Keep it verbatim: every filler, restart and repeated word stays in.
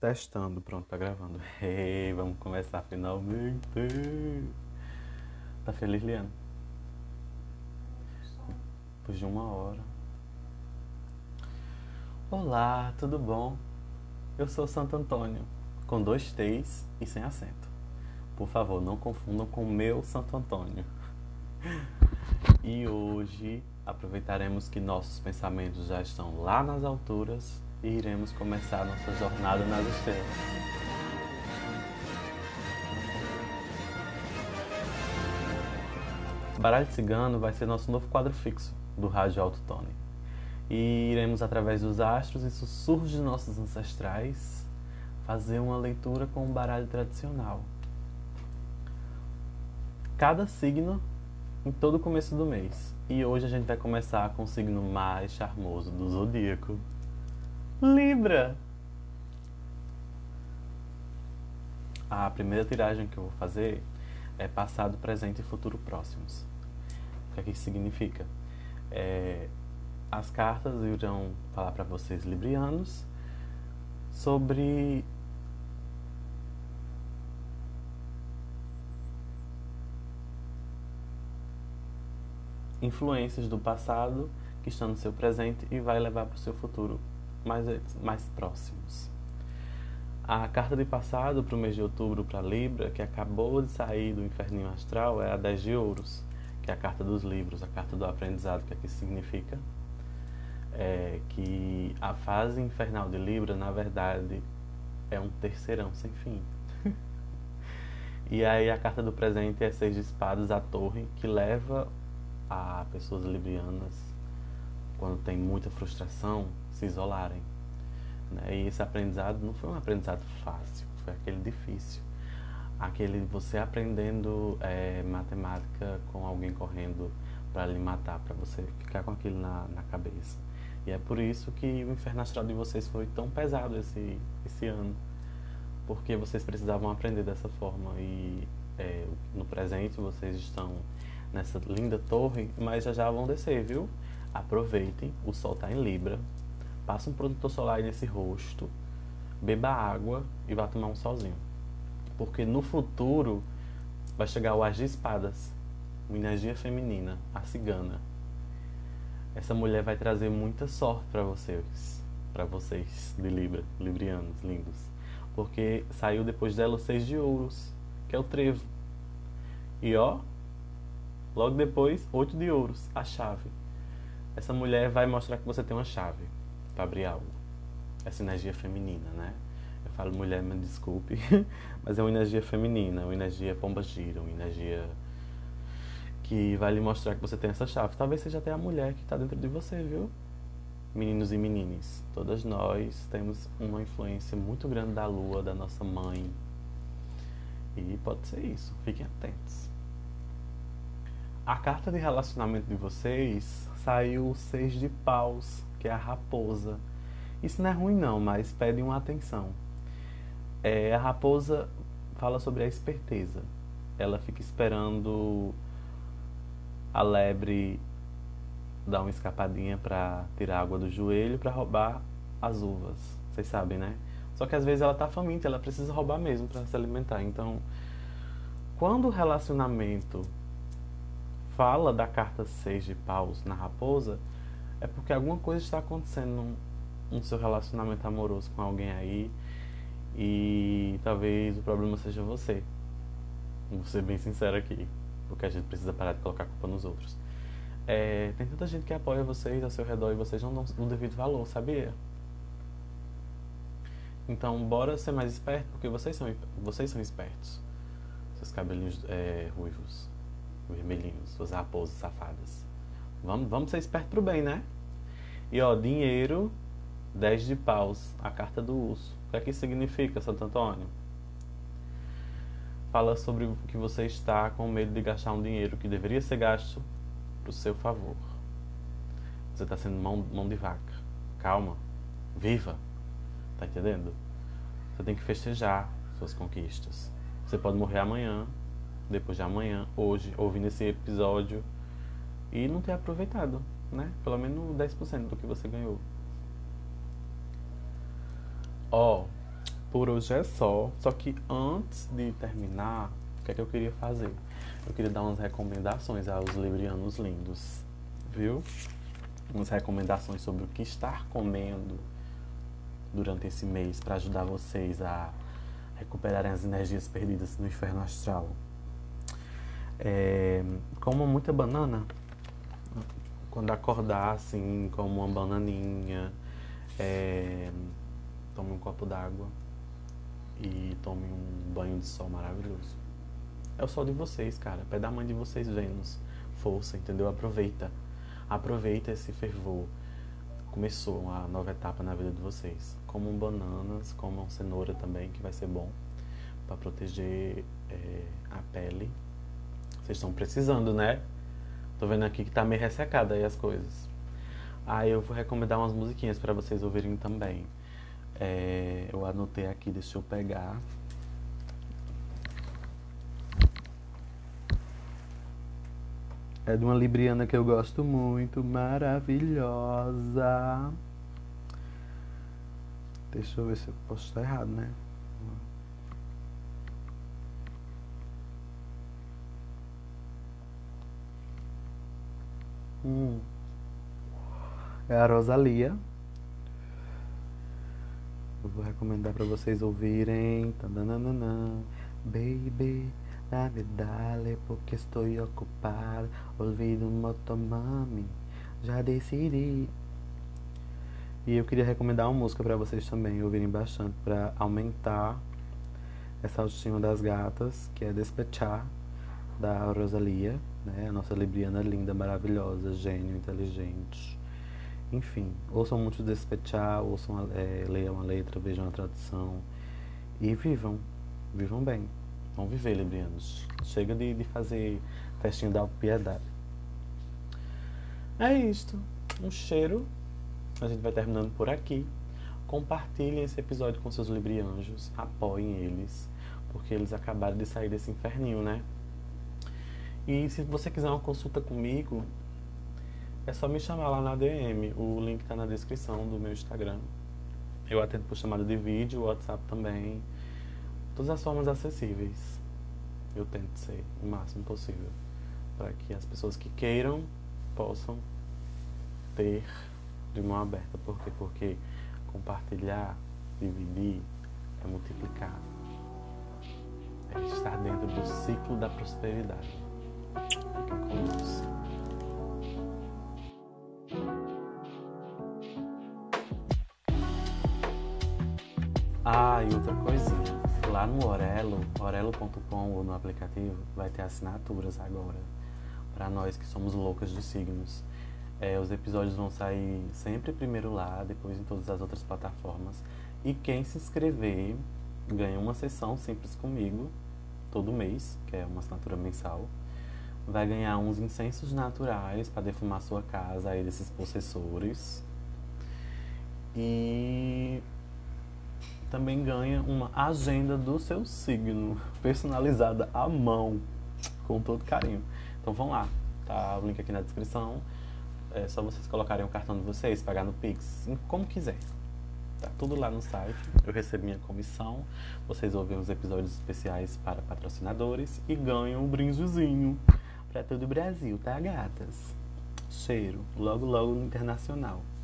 Testando, pronto, tá gravando. Ei, vamos começar finalmente. Tá feliz, Liana? Depois de uma hora. Olá, tudo bom? Eu sou Santo Antônio, com dois T's e sem acento. Por favor, não confundam com o meu Santo Antônio. E hoje aproveitaremos que nossos pensamentos já estão lá nas alturas e iremos começar nossa jornada nas estrelas. Baralho Cigano vai ser nosso novo quadro fixo do Rádio Alto Tone. E iremos, através dos astros e sussurros de nossos ancestrais, fazer uma leitura com um baralho tradicional. Cada signo em todo o começo do mês. E hoje a gente vai começar com o signo mais charmoso do zodíaco, Libra! A primeira tiragem que eu vou fazer é passado, presente e futuro próximos. O que é que isso significa? É, as cartas irão falar para vocês, librianos, sobre influências do passado que estão no seu presente e vai levar para o seu futuro mais, mais próximos. A carta de passado para o mês de outubro para Libra, que acabou de sair do inferninho astral, é a dez de ouros, que é a carta dos livros, a carta do aprendizado. O que é que isso significa? É que a fase infernal de Libra, na verdade, é um terceirão sem fim. E aí a carta do presente é seis de espadas, a torre, que leva a pessoas librianas, quando tem muita frustração, se isolarem. Né? E esse aprendizado não foi um aprendizado fácil, foi aquele difícil. Aquele você aprendendo é, matemática com alguém correndo para lhe matar, para você ficar com aquilo na, na cabeça. E é por isso que o inferno astral de vocês foi tão pesado esse, esse ano. Porque vocês precisavam aprender dessa forma. E é, no presente vocês estão nessa linda torre, mas já já vão descer, viu? Aproveitem, o sol está em Libra. Passa um protetor solar nesse rosto, beba água e vá tomar um solzinho. Porque no futuro vai chegar o As de Espadas, uma energia feminina, a cigana. Essa mulher vai trazer muita sorte para vocês, para vocês de Libra, librianos lindos. Porque saiu depois dela o seis de ouros, que é o trevo. E ó, logo depois, oito de ouros, a chave. Essa mulher vai mostrar que você tem uma chave para abrir algo. Essa energia feminina, né? Eu falo mulher, me desculpe, mas é uma energia feminina, uma energia pomba-gira, uma energia que vai lhe mostrar que você tem essa chave. Talvez seja até a mulher que está dentro de você, viu? Meninos e meninas, todas nós temos uma influência muito grande da lua, da nossa mãe. E pode ser isso, fiquem atentos. A carta de relacionamento de vocês saiu o seis de paus, que é a raposa. Isso não é ruim não, mas pede uma atenção. É, a raposa fala sobre a esperteza. Ela fica esperando a lebre dar uma escapadinha para tirar água do joelho para roubar as uvas. Vocês sabem, né? Só que às vezes ela tá faminta, ela precisa roubar mesmo para se alimentar. Então, quando o relacionamento fala da carta seis de paus na raposa, é porque alguma coisa está acontecendo no, no seu relacionamento amoroso com alguém aí e talvez o problema seja você. Vou ser bem sincero aqui, porque a gente precisa parar de colocar a culpa nos outros. É, tem tanta gente que apoia vocês ao seu redor e vocês não dão o devido valor, sabia? Então, bora ser mais esperto, porque vocês são, vocês são espertos. Seus cabelinhos é, ruivos, vermelhinhos, suas raposas safadas. Vamos, vamos ser espertos pro bem, né? E ó, dinheiro, dez de paus, a carta do urso. O que é que isso significa, Santo Antônio? Fala sobre que você está com medo de gastar um dinheiro que deveria ser gasto pro seu favor. Você está sendo mão, mão de vaca. Calma, viva. Tá entendendo? Você tem que festejar suas conquistas. Você pode morrer amanhã, depois de amanhã, hoje, ouvindo esse episódio e não ter aproveitado, né? Pelo menos dez por cento do que você ganhou. Ó, por hoje é só. Só que antes de terminar, o que é que eu queria fazer? Eu queria dar umas recomendações aos librianos lindos, viu? Umas recomendações sobre o que estar comendo durante esse mês para ajudar vocês a recuperarem as energias perdidas no inferno astral. É, coma muita banana. Quando acordar, assim, como uma bananinha. É, tome um copo d'água e tome um banho de sol maravilhoso. É o sol de vocês, cara. Pé da mãe de vocês, Vênus. Força, entendeu? Aproveita. Aproveita esse fervor. Começou uma nova etapa na vida de vocês. Comam bananas, comam cenoura também, que vai ser bom para proteger é, a pele. Vocês estão precisando, né? Tô vendo aqui que tá meio ressecada aí as coisas. Aí eu vou recomendar umas musiquinhas para vocês ouvirem também. É, eu anotei aqui, deixa eu pegar. É de uma libriana que eu gosto muito, maravilhosa. Deixa eu ver se eu posso estar errado, né? Hum. É a Rosalía. Eu vou recomendar para vocês ouvirem. Tadanana. Baby, dame dale, porque estou ocupado. Olvido um motomami, já decidi. E eu queria recomendar uma música para vocês também ouvirem bastante, para aumentar essa autoestima das gatas, que é Despechar, da Rosalía, né? A nossa libriana linda, maravilhosa, gênio, inteligente. Enfim, ouçam muito Despechar, ouçam, é, leiam a letra, vejam a tradução e vivam, vivam bem. Vão viver, librianos. Chega de, de fazer festinha da piedade. É isto. Um cheiro. A gente vai terminando por aqui. Compartilhem esse episódio com seus librianjos. Apoiem eles, porque eles acabaram de sair desse inferninho, né? E se você quiser uma consulta comigo, é só me chamar lá na D M. O link tá na descrição do meu Instagram. Eu atendo por chamada de vídeo, WhatsApp também. Todas as formas acessíveis. Eu tento ser o máximo possível, para que as pessoas que queiram possam ter de mão aberta. Por quê? Porque compartilhar, dividir, é multiplicar. É estar dentro do ciclo da prosperidade. Fiquem com Deus. Ah, e outra coisinha. Lá no Orelo, orelo ponto com ou no aplicativo, vai ter assinaturas agora. Para nós que somos loucas de signos. É, os episódios vão sair sempre primeiro lá, depois em todas as outras plataformas. E quem se inscrever ganha uma sessão simples comigo, todo mês, que é uma assinatura mensal. Vai ganhar uns incensos naturais para defumar sua casa aí desses possessores. E também ganha uma agenda do seu signo, personalizada à mão, com todo carinho. Então vão lá, tá o link aqui na descrição. É só vocês colocarem o cartão de vocês, pagar no Pix, como quiser. Tá tudo lá no site. Eu recebo minha comissão. Vocês ouvem os episódios especiais para patrocinadores e ganham um brindezinho para todo o Brasil, tá, gatas? Cheiro, logo logo no internacional.